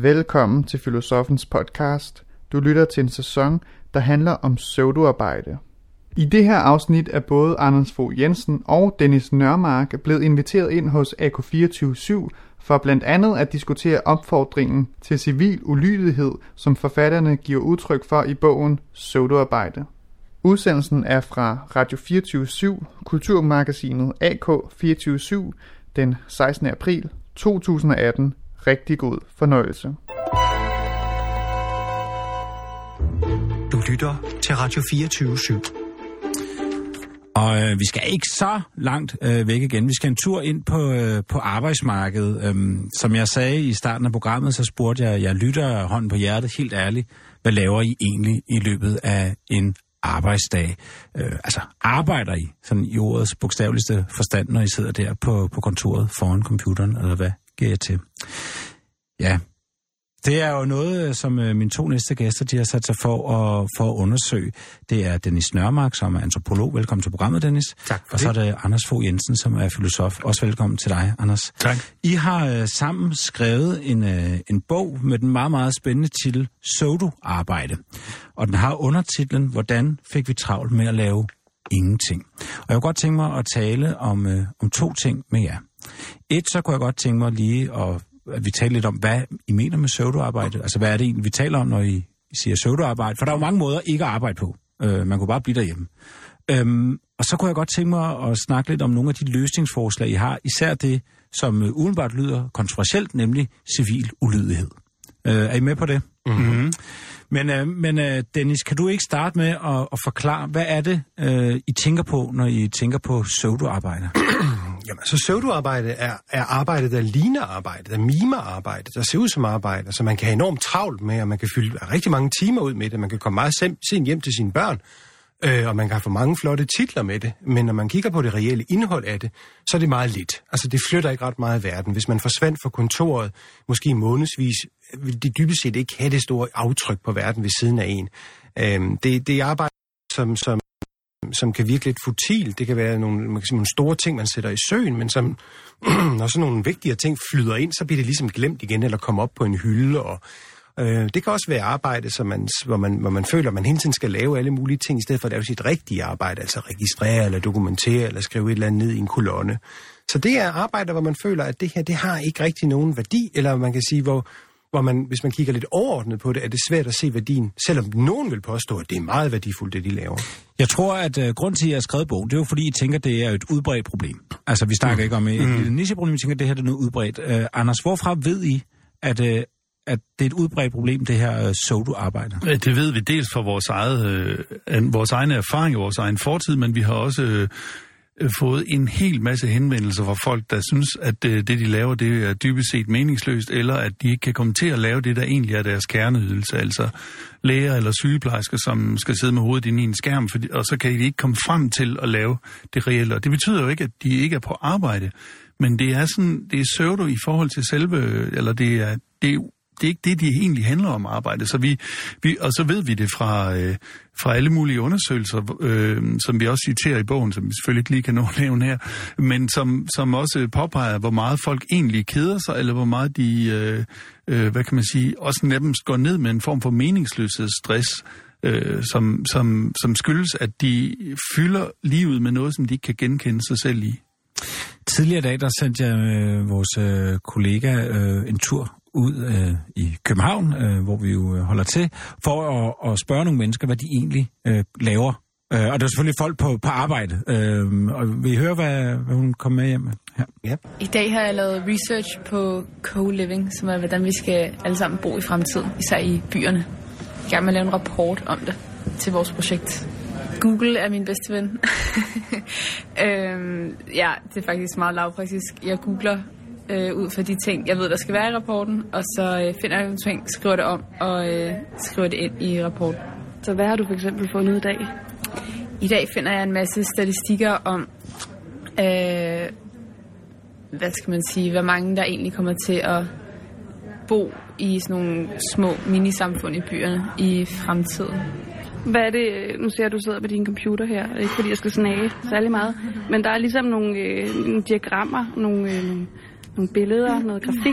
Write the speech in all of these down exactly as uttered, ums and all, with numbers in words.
Velkommen til Filosofens podcast. Du lytter til en sæson, der handler om pseudoarbejde. I det her afsnit er både Anders Fogh Jensen og Dennis Nørmark blevet inviteret ind hos A K fireogtyve syv for blandt andet at diskutere opfordringen til civil ulydighed, som forfatterne giver udtryk for i bogen Pseudoarbejde. Udsendelsen er fra Radio fireogtyve syv, kulturmagasinet A K fireogtyve syv, den sekstende april to tusind og atten. Rigtig god fornøjelse. Du lytter til Radio fireogtyve syv. Og øh, vi skal ikke så langt øh, væk igen. Vi skal en tur ind på, øh, på arbejdsmarkedet. Øhm, som jeg sagde i starten af programmet, så spurgte jeg, jeg lytter hånden på hjertet, helt ærligt, hvad laver I egentlig i løbet af en arbejdsdag? Øh, altså, arbejder I, sådan i ordets bogstaveligste forstand, når I sidder der på, på kontoret foran computeren, eller hvad giver jeg til? Ja, det er jo noget, som mine to næste gæster, de har sat sig for at, for at undersøge. Det er Dennis Nørmark, som er antropolog. Velkommen til programmet, Dennis. Tak for Og så er det Anders Fogh Jensen, som er filosof. Også velkommen til dig, Anders. Tak. I har uh, sammen skrevet en, uh, en bog med den meget, meget spændende titel Pseudoarbejde. Og den har undertitlen, hvordan fik vi travlt med at lave ingenting. Og jeg kunne godt tænke mig at tale om, uh, om to ting med jer. Et, så kunne jeg godt tænke mig lige at at vi taler lidt om, hvad I mener med pseudoarbejde. Altså, hvad er det egentlig, vi taler om, når I siger pseudoarbejde? For der er jo mange måder ikke at arbejde på. Øh, man kunne bare blive derhjemme. Øhm, og så kunne jeg godt tænke mig at snakke lidt om nogle af de løsningsforslag, I har. Især det, som øh, udenbart lyder kontroversielt, nemlig civil ulydighed. Øh, er I med på det? Mm-hmm. Men, øh, men øh, Dennis, kan du ikke starte med at, at forklare, hvad er det, øh, I tænker på, når I tænker på pseudoarbejde? Jamen, så pseudoarbejde er, er arbejde, der ligner arbejde, der mimer arbejde, der ser ud som arbejde, så man kan have enormt travlt med, og man kan fylde rigtig mange timer ud med det, man kan komme meget sent hjem til sine børn, øh, og man kan få mange flotte titler med det, men når man kigger på det reelle indhold af det, så er det meget lidt. Altså, det flytter ikke ret meget i verden. Hvis man forsvandt fra kontoret, måske månedsvis, vil de dybest set ikke have det store aftryk på verden ved siden af en. Øh, det, det er arbejde, som... som som kan virke lidt futil. Det kan være nogle, man kan sige, nogle store ting, man sætter i søen, men som, når sådan nogle vigtigere ting flyder ind, så bliver det ligesom glemt igen, eller kommer op på en hylde. Og, øh, det kan også være arbejde, som man, hvor, man, hvor man føler, at man hele tiden skal lave alle mulige ting, i stedet for at lave sit rigtige arbejde, altså registrere, eller dokumentere, eller skrive et eller andet ned i en kolonne. Så det er arbejde, hvor man føler, at det her, det har ikke rigtig nogen værdi, eller man kan sige, hvor hvor man, hvis man kigger lidt overordnet på det, er det svært at se værdien, selvom nogen vil påstå, at det er meget værdifuldt, det de laver. Jeg tror, at uh, grund til, at jeg har skrevet bogen, det er jo fordi, I tænker, at det er et udbredt problem. Altså, vi snakker mm. ikke om et, mm. et nicheproblem, vi tænker, at det her det er noget udbredt. Uh, Anders, hvorfra ved I, at, uh, at det er et udbredt problem, det her uh, pseudo-arbejde? Det ved vi dels fra vores, eget, uh, vores egne erfaringer, vores egen fortid, men vi har også... Uh, fået en hel masse henvendelser fra folk, der synes, at det, de laver, det er dybest set meningsløst, eller at de ikke kan komme til at lave det, der egentlig er deres kerneydelse, altså læger eller sygeplejersker, som skal sidde med hovedet inde i en skærm, fordi, og så kan de ikke komme frem til at lave det reelle. Og det betyder jo ikke, at de ikke er på arbejde, men det er sådan, det er pseudo i forhold til selve, eller det er, det er Det er ikke det, de egentlig handler om arbejde. Så vi, vi, og så ved vi det fra, øh, fra alle mulige undersøgelser, øh, som vi også citerer i bogen, som vi selvfølgelig ikke lige kan nå at nævne her, men som, som også påpeger, hvor meget folk egentlig keder sig, eller hvor meget de, øh, øh, hvad kan man sige, også nærmest går ned med en form for meningsløshedsstress, øh, som, som, som skyldes, at de fylder livet med noget, som de ikke kan genkende sig selv i. Tidligere dag, der sendte jeg øh, vores øh, kollega øh, en tur ud øh, i København, øh, hvor vi jo holder til, for at, at spørge nogle mennesker, hvad de egentlig øh, laver. Øh, og det er selvfølgelig folk på, på arbejde. Øh, og vil I høre, hvad, hvad hun kom med hjem? Ja. Ja. I dag har jeg lavet research på co-living, som er, hvordan vi skal alle sammen bo i fremtiden, især i byerne. Jeg er i gang med at lave en rapport om det til vores projekt. Google er min bedste ven. øhm, ja, det er faktisk meget lavpraktisk. Jeg googler øh, ud fra de ting, jeg ved, der skal være i rapporten, og så øh, finder jeg nogle ting, skriver det om og øh, skriver det ind i rapporten. Så hvad har du for eksempel fundet ud i dag? I dag finder jeg en masse statistikker om, øh, hvad skal man sige, hvor mange der egentlig kommer til at bo i sådan nogle små minisamfund i byerne i fremtiden. Hvad er det, nu ser jeg, du sidder ved din computer her, ikke fordi jeg skal snage særlig meget, men der er ligesom nogle, øh, nogle diagrammer, nogle, øh, nogle billeder, noget grafik.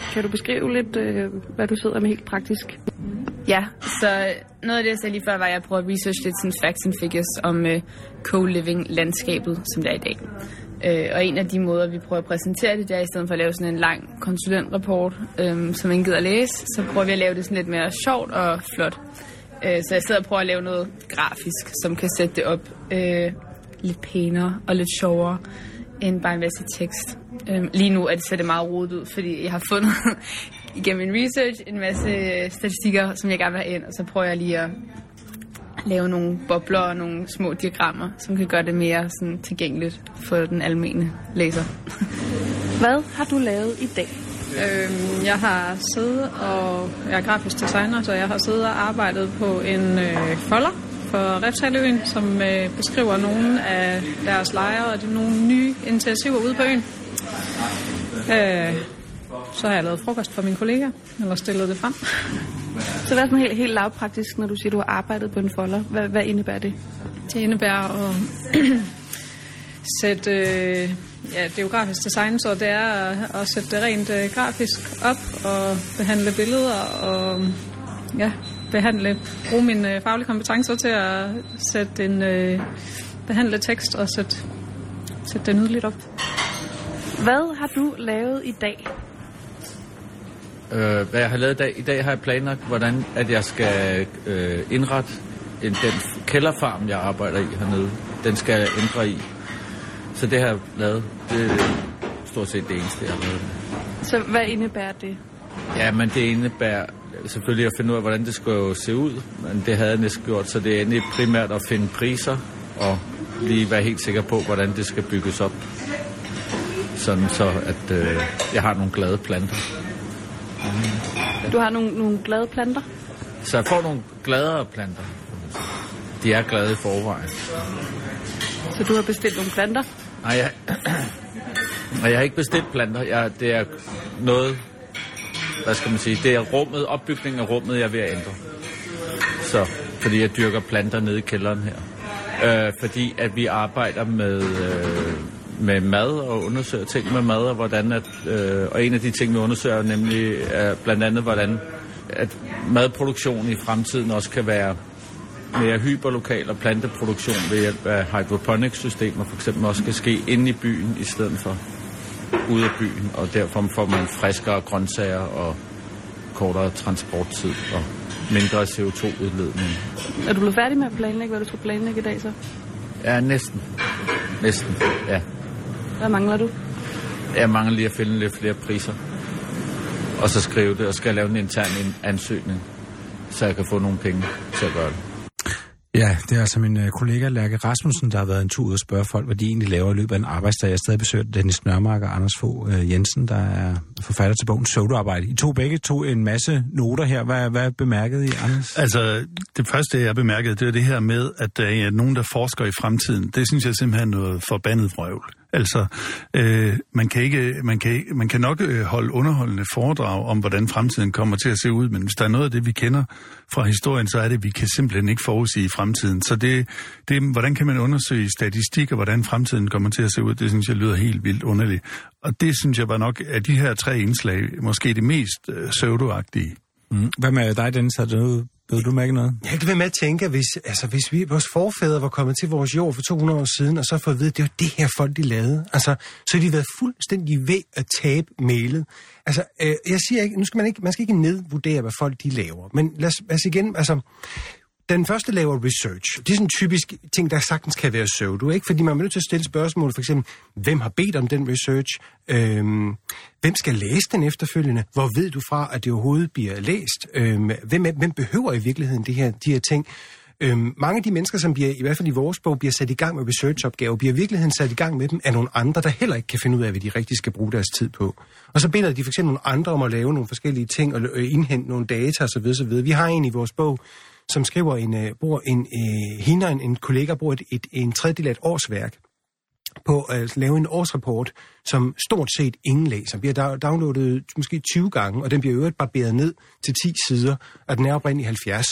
Kan du beskrive lidt, øh, hvad du sidder med helt praktisk? Ja, så noget af det, jeg sagde lige før, var, at jeg prøver at researche lidt sådan facts and figures om øh, co-living-landskabet, som det er i dag. Øh, og en af de måder, vi prøver at præsentere det, det er i stedet for at lave sådan en lang konsulentrapport, øh, som ingen gider læse, så prøver vi at lave det sådan lidt mere sjovt og flot. Øh, så jeg sidder og prøver at lave noget grafisk, som kan sætte det op øh, lidt pænere og lidt sjovere end bare en masse tekst. Øh, lige nu er det, ser det meget rodet ud, fordi jeg har fundet igennem min research en masse statistikker, som jeg gerne vil have ind, og så prøver jeg lige at lave nogle bobler og nogle små diagrammer, som kan gøre det mere sådan tilgængeligt for den almene læser. Hvad har du lavet i dag? Øhm, jeg har siddet og jeg er grafisk designer, så jeg har siddet og arbejdet på en øh, folder for Refshaleøen, som øh, beskriver nogle af deres lejre og de nogle nye initiativer ude på øen. Øh, så har jeg lavet frokost for mine kollegaer, eller stillet det frem. Så hvad er sådan helt, helt lavpraktisk, når du siger, du har arbejdet på en folder? Hvad, hvad indebærer det? Det indebærer at sætte, øh, ja, det er jo grafisk design, så det er at, at sætte det rent øh, grafisk op og behandle billeder og ja, behandle, bruge mine øh, faglige kompetencer til at sætte en øh, behandle tekst og sætte, sætte det nydeligt op. Hvad har du lavet i dag? Øh, hvad jeg har lavet i dag? I dag har jeg planlagt, hvordan at jeg skal øh, indrette en, den kælderfarm, jeg arbejder i hernede. Den skal jeg ændre i. Så det har jeg lavet. Det er stort set det eneste, jeg har lavet. Så hvad indebærer det? Ja, men det indebærer selvfølgelig at finde ud af, hvordan det skal se ud. Men det havde jeg næsten gjort, så det er endelig primært at finde priser og lige være helt sikker på, hvordan det skal bygges op. Sådan så, at øh, jeg har nogle glade planter. Du har nogle, nogle glade planter? Så jeg får nogle gladere planter. De er glade i forvejen. Så du har bestilt nogle planter? Nej, jeg, jeg har ikke bestilt planter. Jeg, det er noget, hvad skal man sige, det er rummet, opbygningen af rummet, jeg er ved at ændre. Så, fordi jeg dyrker planter nede i kælderen her. Øh, fordi at vi arbejder med... Øh, med mad og undersøger ting med mad, og hvordan at, øh, og en af de ting, vi undersøger, nemlig er blandt andet, hvordan at madproduktion i fremtiden også kan være mere hyperlokal, og planteproduktion ved hjælp af hydroponics-systemer for eksempel også kan ske inde i byen i stedet for ude af byen, og derfor får man friskere grøntsager og kortere transporttid og mindre C O to udledning. Er du blevet færdig med at planlægge, hvad du skal planlægge i dag så? Ja, næsten. Næsten, ja. Hvad mangler du? Jeg mangler lige at finde lidt flere priser. Og så skrive det, og skal lave en intern ansøgning, så jeg kan få nogle penge til at gøre det. Ja, det er altså min øh, kollega Lærke Rasmussen, der har været en tur ud og spørge folk, hvad de egentlig laver i løbet af en arbejdsdag. Jeg stadig besøger Dennis Nørmark og Anders Fogh øh, Jensen, der er forfatter til bogen Pseudoarbejde. I to begge to en masse noter her. Hvad, hvad bemærkede I, Anders? Altså, det første, jeg bemærkede, det var det her med, at der er nogen, der forsker i fremtiden. Det synes jeg simpelthen er noget forbandet vrøvl. Altså, øh, man, kan ikke, man, kan, man kan nok øh, holde underholdende foredrag om, hvordan fremtiden kommer til at se ud, men hvis der er noget af det, vi kender fra historien, så er det, at vi kan simpelthen ikke forudsige fremtiden. Så det, det, hvordan kan man undersøge statistik, og hvordan fremtiden kommer til at se ud, det synes jeg lyder helt vildt underligt. Og det synes jeg var nok af de her tre indslag, måske det mest øh, pseudoagtige. Mm. Hvad med dig, Dennis? Har du Ved du mærke noget? Jeg kan være med at tænke, at hvis, altså, hvis vi, vores forfædre var kommet til vores jord for to hundrede år siden, og så fået at vide, at det var det her folk, de lavede. Altså, så har de været fuldstændig ved at tabe mailet. Altså, øh, jeg siger ikke, nu skal man ikke, man skal ikke nedvurdere, hvad folk de laver. Men lad os, lad os igen, altså, den første laver research. Det er sådan en typisk ting, der sagtens kan være pseudo, ikke? Fordi man er nødt til at stille spørgsmål, for eksempel, hvem har bedt om den research? Øhm, hvem skal læse den efterfølgende? Hvor ved du fra, at det overhovedet bliver læst? Øhm, hvem, hvem behøver i virkeligheden de her, de her ting? Øhm, mange af de mennesker, som bliver, i hvert fald i vores bog, bliver sat i gang med researchopgaver, bliver i virkeligheden sat i gang med dem af nogle andre, der heller ikke kan finde ud af, hvad de rigtig skal bruge deres tid på. Og så beder de for eksempel nogle andre om at lave nogle forskellige ting og indhente nogle data osv. osv. Vi har en i vores bog, som skriver en, uh, bruger en, uh, hende en, en kollega bruger et, et, en tredjedel af et årsværk på at lave en årsrapport, som stort set ingen læser. Vi har downloadet måske tyve gange, og den bliver øvrigt barberet ned til ti sider, og den er oprindeligt halvfjerds.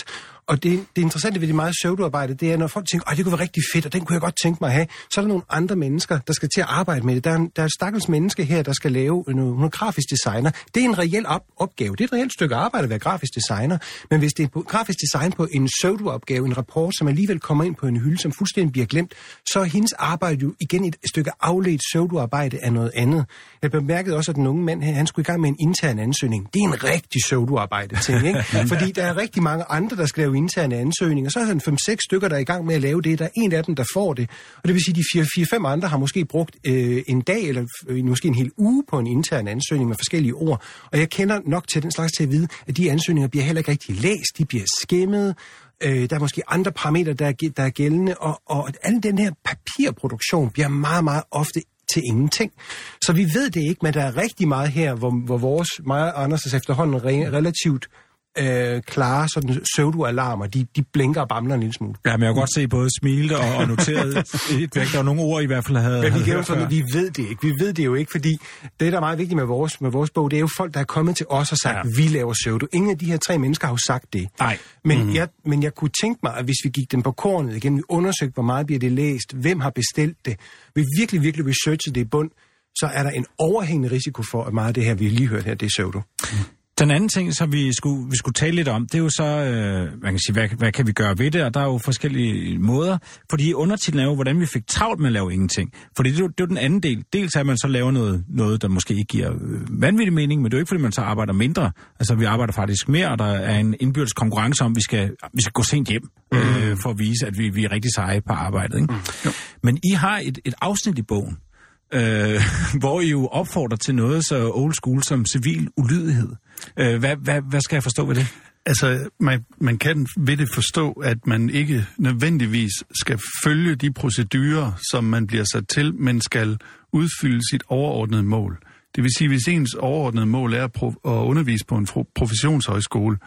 Og det, det interessante ved det meget pseudoarbejde, det er, når folk tænker, at det kunne være rigtig fedt, og den kunne jeg godt tænke mig at have, så er der nogle andre mennesker, der skal til at arbejde med det. Der er, en, der er et stakkels menneske her, der skal lave noget, noget grafisk designer. Det er en reel op- opgave. Det er et reelt stykke arbejde at være grafisk designer. Men hvis det er på, grafisk design på en pseudoopgave, en rapport, som alligevel kommer ind på en hylde, som fuldstændig bliver glemt, så er hendes arbejde jo igen et stykke afledt pseudoarbejde af noget andet. Jeg bemærkede også, at den unge mand her, han skulle i gang med en intern ansøgning. Det er en rigtig pseudoarbejde ting, ikke? Fordi der er rigtig mange andre, der skal lave interne ansøgninger. Så er der fem seks stykker, der er i gang med at lave det. Der er en af dem, der får det. Og det vil sige, at de fire fem andre har måske brugt øh, en dag eller øh, måske en hel uge på en intern ansøgning med forskellige ord. Og jeg kender nok til den slags til at vide, at de ansøgninger bliver heller ikke rigtig læst. De bliver skimmet. Øh, der er måske andre parametre, der er, der er gældende. Og, og al den her papirproduktion bliver meget, meget ofte til ingenting. Så vi ved det ikke, men der er rigtig meget her, hvor, hvor vores, meget Anders' efterhånden re, relativt øh, klare sådan pseudo-alarmer, de, de blinker og bamler en lille smule. Ja, men jeg kan godt se både smilte og, og noteret et væk. Der var nogle ord, I hvert fald havde, men vi, havde hørt sådan, vi ved det ikke. Vi ved det jo ikke, fordi det, der er meget vigtigt med vores, med vores bog, det er jo folk, der er kommet til os og sagt, ja. Vi laver pseudo. Ingen af de her tre mennesker har jo sagt det. Nej. Men, mm-hmm. jeg, men jeg kunne tænke mig, at hvis vi gik den på kornet igen, vi undersøgte, hvor meget bliver det læst, hvem har bestilt det, vi virkelig, virkelig researchede det i bund, så er der en overhængende risiko for, at meget af det her, vi lige hørt her, det er pseudo. Mm. Den anden ting, som vi skulle, vi skulle tale lidt om, det er jo så, øh, man kan sige, hvad, hvad kan vi gøre ved det, og der er jo forskellige måder, fordi undertitlen er jo, hvordan vi fik travlt med at lave ingenting. Fordi det er jo, det er jo den anden del. Dels er, at man så laver noget, noget, der måske ikke giver øh, vanvittig mening, men det er jo ikke, fordi man så arbejder mindre. Altså, vi arbejder faktisk mere, og der er en indbyrdes konkurrence om, vi skal, vi skal gå sent hjem, mm. øh, for at vise, at vi, vi er rigtig seje på arbejdet. Ikke? Mm. Men I har et, et afsnit i bogen, Øh, hvor I jo opfordrer til noget så old school som civil ulydighed. Øh, hvad, hvad, hvad skal jeg forstå ved det? Altså, man, man kan ved det forstå, at man ikke nødvendigvis skal følge de procedurer, som man bliver sat til, men skal udfylde sit overordnede mål. Det vil sige, hvis ens overordnede mål er at, pro- at undervise på en professionshøjskole,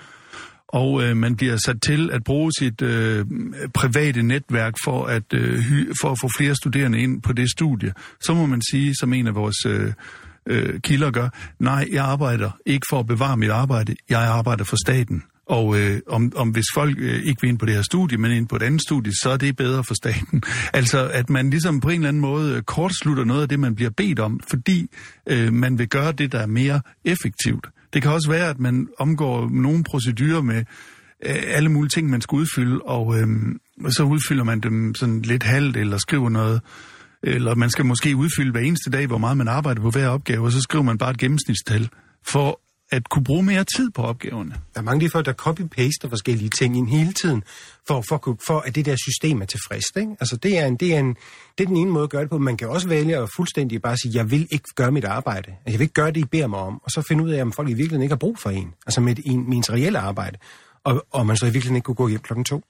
og øh, man bliver sat til at bruge sit øh, private netværk for at, øh, hy- for at få flere studerende ind på det studie, så må man sige, som en af vores øh, øh, kilder gør, nej, jeg arbejder ikke for at bevare mit arbejde, jeg arbejder for staten. Og øh, om, om hvis folk øh, ikke vil ind på det her studie, men ind på et andet studie, så er det bedre for staten. Altså, at man ligesom på en eller anden måde kortslutter noget af det, man bliver bedt om, fordi øh, man vil gøre det, der er mere effektivt. Det kan også være, at man omgår nogle procedurer med øh, alle mulige ting, man skal udfylde, og øh, så udfylder man dem sådan lidt halvt, eller skriver noget, eller man skal måske udfylde hver eneste dag, hvor meget man arbejder på hver opgave, og så skriver man bare et gennemsnitstal for at kunne bruge mere tid på opgaverne. Der er mange af de folk, der copy-paster forskellige ting ind hele tiden, for, for, for at det der system er tilfreds. Ikke? Altså, det er, en, det, er en, det er den ene måde at gøre det på. Man kan også vælge at fuldstændig bare sige, jeg vil ikke gøre mit arbejde. Jeg vil ikke gøre det, I beder mig om. Og så finde ud af, om folk i virkeligheden ikke har brug for en. Altså med, en, med ens reelle arbejde. Og, og man så i virkeligheden ikke kunne gå hjem klokken to.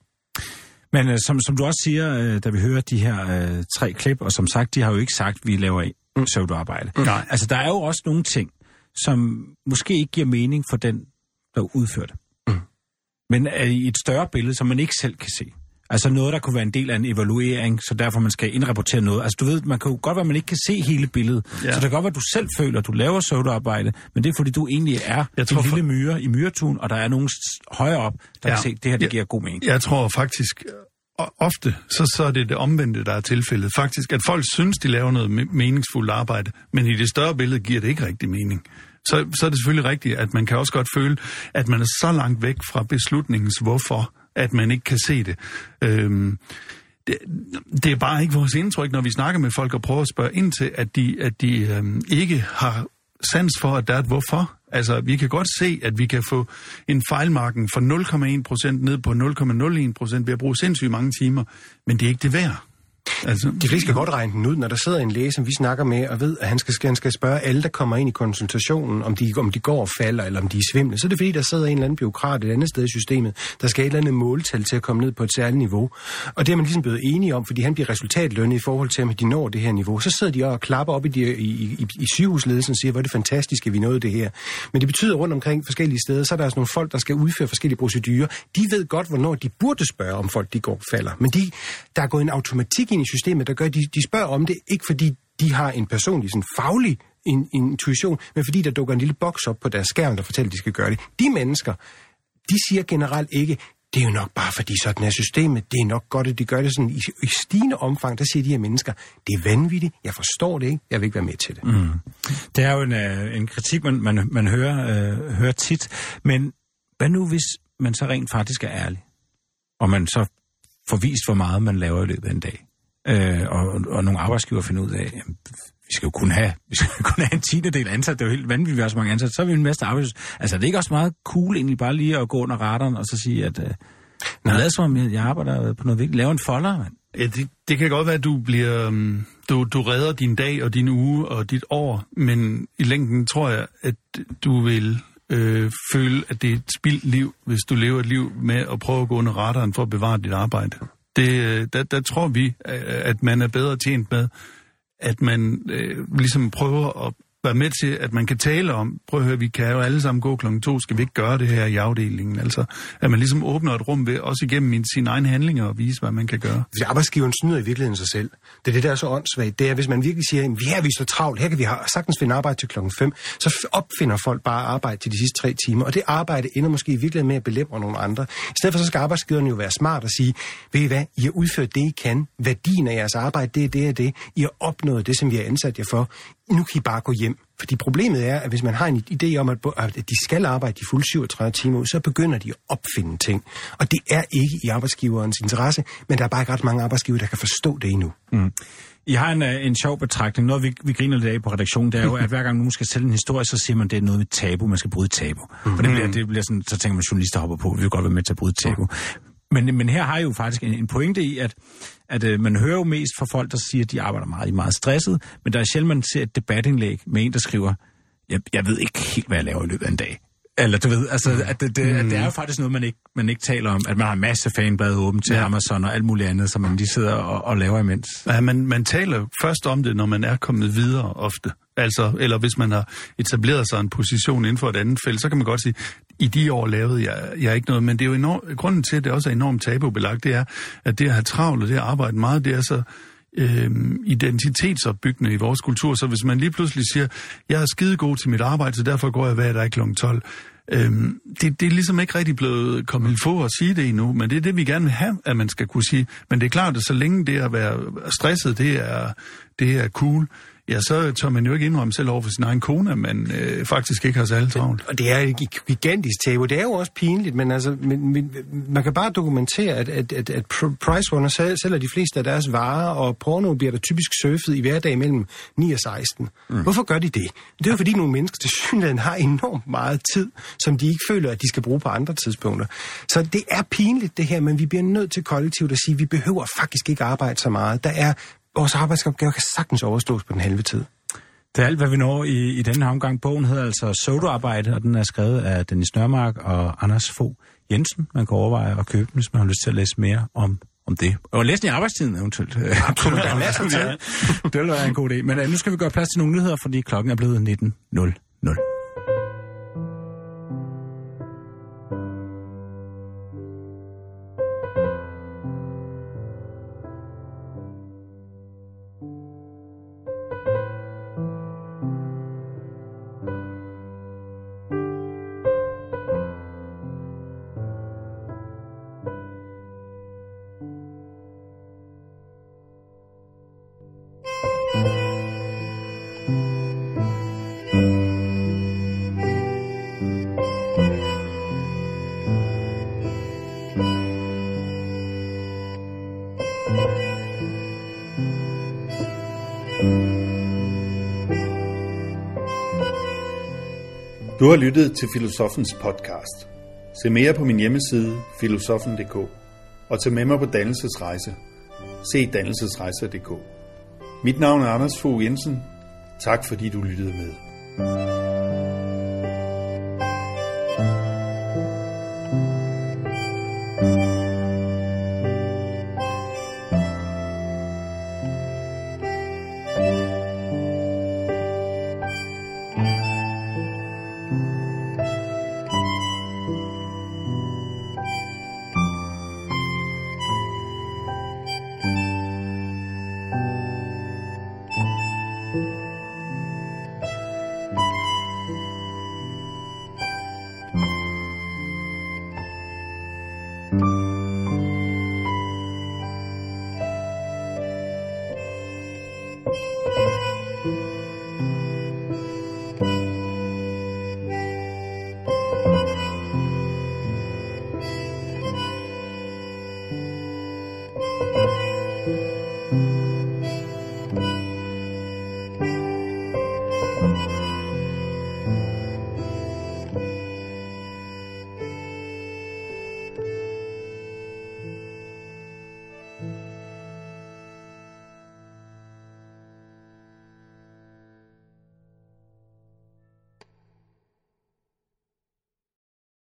Men øh, som, som du også siger, øh, da vi hører de her øh, tre klip, og som sagt, de har jo ikke sagt, at vi laver mm. pseudoarbejde. Mm. Altså, der er jo også nogle ting, som måske ikke giver mening for den, der udfører det. Mm. Men er i et større billede, som man ikke selv kan se. Altså noget, der kunne være en del af en evaluering, så derfor man skal indrapportere noget. Altså du ved, man kan jo godt være, at man ikke kan se hele billedet. Ja. Så det kan godt være, at du selv føler, at du laver pseudoarbejde, men det er, fordi du egentlig er en lille for... myre i myretun, og der er nogen højere op, der ja. kan se, at det her, det ja. giver god mening. Jeg tror faktisk, ofte, så, så er det det omvendte, der er tilfældet. Faktisk, at folk synes, de laver noget meningsfuldt arbejde, men i det større billede giver det ikke rigtig mening. Så, så er det selvfølgelig rigtigt, at man kan også godt føle, at man er så langt væk fra beslutningens hvorfor, at man ikke kan se det. Øhm, det, det er bare ikke vores indtryk, når vi snakker med folk og prøver at spørge ind til, at de, at de øhm, ikke har sans for, at der er et hvorfor. Altså, vi kan godt se, at vi kan få en fejlmarken fra nul komma en procent ned på nul komma nul en procent ved at bruge sindssygt mange timer, men det er ikke det værd. Altså, de fleste skal godt regne den ud, når der sidder en læge, som vi snakker med, og ved, at han skal, han skal spørge alle, der kommer ind i konsultationen, om de, om de går og falder, eller om de er svimle. Så er det fordi, der sidder en eller anden bureaukrat et andet sted i systemet, der skal et eller andet måltal til at komme ned på et særligt niveau. Og det er man ligesom blevet enige om, fordi han bliver resultatlønnet i forhold til, at de når det her niveau. Så sidder de og klapper op i, de, i, i, i sygehusledelsen og siger, hvor er det fantastisk, at vi nåede det her. Men det betyder rundt omkring forskellige steder, så er der altså nogle folk, der skal udføre forskellige procedurer. De ved godt, hvornår de burde spørge, om folk de går og falder. Men de, der er gået en automatik ind i systemet, der gør, de, de spørger om det, ikke fordi de har en personlig, sådan faglig in, intuition, men fordi der dukker en lille boks op på deres skærm, der fortæller, at de skal gøre det. De mennesker, de siger generelt ikke, det er jo nok bare, fordi sådan er systemet. Det er nok godt, at de gør det sådan i, i stigende omfang. Der siger de her mennesker, det er vanvittigt, jeg forstår det ikke, jeg vil ikke være med til det. Mm. Det er jo en, en kritik, man, man, man hører, øh, hører tit. Men hvad nu, hvis man så rent faktisk er ærlig? Og man så får vist, hvor meget man laver i løbet af en dag. Øh, og, og nogle arbejdsgiver finder ud af, jamen, vi skal jo kun have, vi skal kun have en tiende del ansat. Det er jo helt vanvittigt, vi har så mange ansat. Så er vi en masse arbejdsløse. Altså, det er ikke også meget cool egentlig bare lige at gå under radaren og så sige, at øh, jeg lader som om, jeg arbejder på noget vigtigt. Laver en folder, mand. Ja, det, det kan godt være, at du bliver, du, du redder din dag og din uge og dit år, men i længden tror jeg, at du vil øh, føle, at det er et spildt liv, hvis du lever et liv med at prøve at gå under radaren for at bevare dit arbejde. Det, der, der tror vi, at man er bedre tjent med, at man øh, ligesom prøver at være med til, at man kan tale om, prøv at høre, vi kan jo alle sammen gå klokken to, skal vi ikke gøre det her i afdelingen? Altså, at man ligesom åbner et rum ved, også igennem sine egne handlinger, og vise, hvad man kan gøre. Fordi arbejdsgiveren snyder i virkeligheden sig selv. Det er det, der er så åndssvagt. Det er, hvis man virkelig siger, vi er vi så travlt, her kan vi have, sagtens finde arbejde til klokken fem, så opfinder folk bare arbejde til de sidste tre timer, og det arbejde ender måske i virkeligheden med at belemre nogle andre. I stedet for så skal arbejdsgiveren jo være smart og sige, ved I hvad, I har udført det, I kan. Værdien af jeres arbejde, det er det og det. I har opnået det, som vi har ansat jer for. Nu kan I bare gå hjem. Fordi problemet er, at hvis man har en idé om, at de skal arbejde de fulde syvogtredive timer, så begynder de at opfinde ting. Og det er ikke i arbejdsgiverens interesse, men der er bare ikke ret mange arbejdsgiver, der kan forstå det endnu. Mm. I har en, en sjov betragtning. Noget, vi, vi griner lidt af på redaktionen, det er jo, at hver gang nogen skal sælge en historie, så siger man, at det er noget med tabu. Man skal bryde tabu. Mm. Og det bliver, det bliver sådan, så tænker man, journalister hopper på, vi vil godt være med til at bryde tabu. Men, men her har jeg jo faktisk en, en pointe i, at, at øh, man hører jo mest fra folk, der siger, at de arbejder meget, de er meget stresset, men der er sjældent, man ser et debatindlæg med en, der skriver, jeg, jeg ved ikke helt, hvad jeg laver i løbet af en dag. Eller du ved, altså, at det, det, mm. at det er jo faktisk noget, man ikke, man ikke taler om, at man har en masse fanblade åbent til ja. Amazon og alt muligt andet, som man lige sidder og, og laver imens. Ja, man, man taler først om det, når man er kommet videre ofte. Altså, eller hvis man har etableret sig en position inden for et andet felt, så kan man godt sige, i de år lavede jeg, jeg ikke noget, men det er jo enormt, grunden til, at det også er enormt tabubelagt, det er, at det at have travlt og det at arbejde meget, det er så øh, identitetsopbyggende i vores kultur, så hvis man lige pludselig siger, jeg er skidegod til mit arbejde, så derfor går jeg hver dag klokken tolv, Øhm, det, det er ligesom ikke rigtig blevet kommet få at sige det endnu, men det er det, vi gerne vil have, at man skal kunne sige. Men det er klart, at så længe det at være stresset, det er, det er cool, ja, så tør man jo ikke indrømme selv over for sin egen kone, at man øh, faktisk ikke har særlig travlt. Og det er et gigantisk tabu. Det er jo også pinligt, men altså, men, men, man kan bare dokumentere, at, at, at, at Pricerunner sælger de fleste af deres varer, og porno bliver der typisk surfet i hverdag mellem ni og seksten. Mm. Hvorfor gør de det? Det er jo fordi nogle mennesker til synligheden har enormt meget tid, som de ikke føler, at de skal bruge på andre tidspunkter. Så det er pinligt det her, men vi bliver nødt til kollektivt at sige, at vi behøver faktisk ikke arbejde så meget. Der er Vores arbejdsopgave kan sagtens overstås på den halve tid. Det er alt, hvad vi når i, i denne her omgang. Bogen hedder altså Pseudoarbejde, og den er skrevet af Dennis Nørmark og Anders Fogh Jensen. Man kan overveje at købe den, hvis man har lyst til at læse mere om, om det. Og læse den i arbejdstiden eventuelt. Absolut, der er masser til. Det vil være en god idé. Men uh, nu skal vi gøre plads til nogle nyheder, fordi klokken er blevet nitten nul nul. Du har lyttet til Filosofens podcast. Se mere på min hjemmeside filosofen punktum d k og tag med mig på dannelsesrejse. Se dannelsesrejser punktum d k. Mit navn er Anders Fogh Jensen. Tak fordi du lyttede med.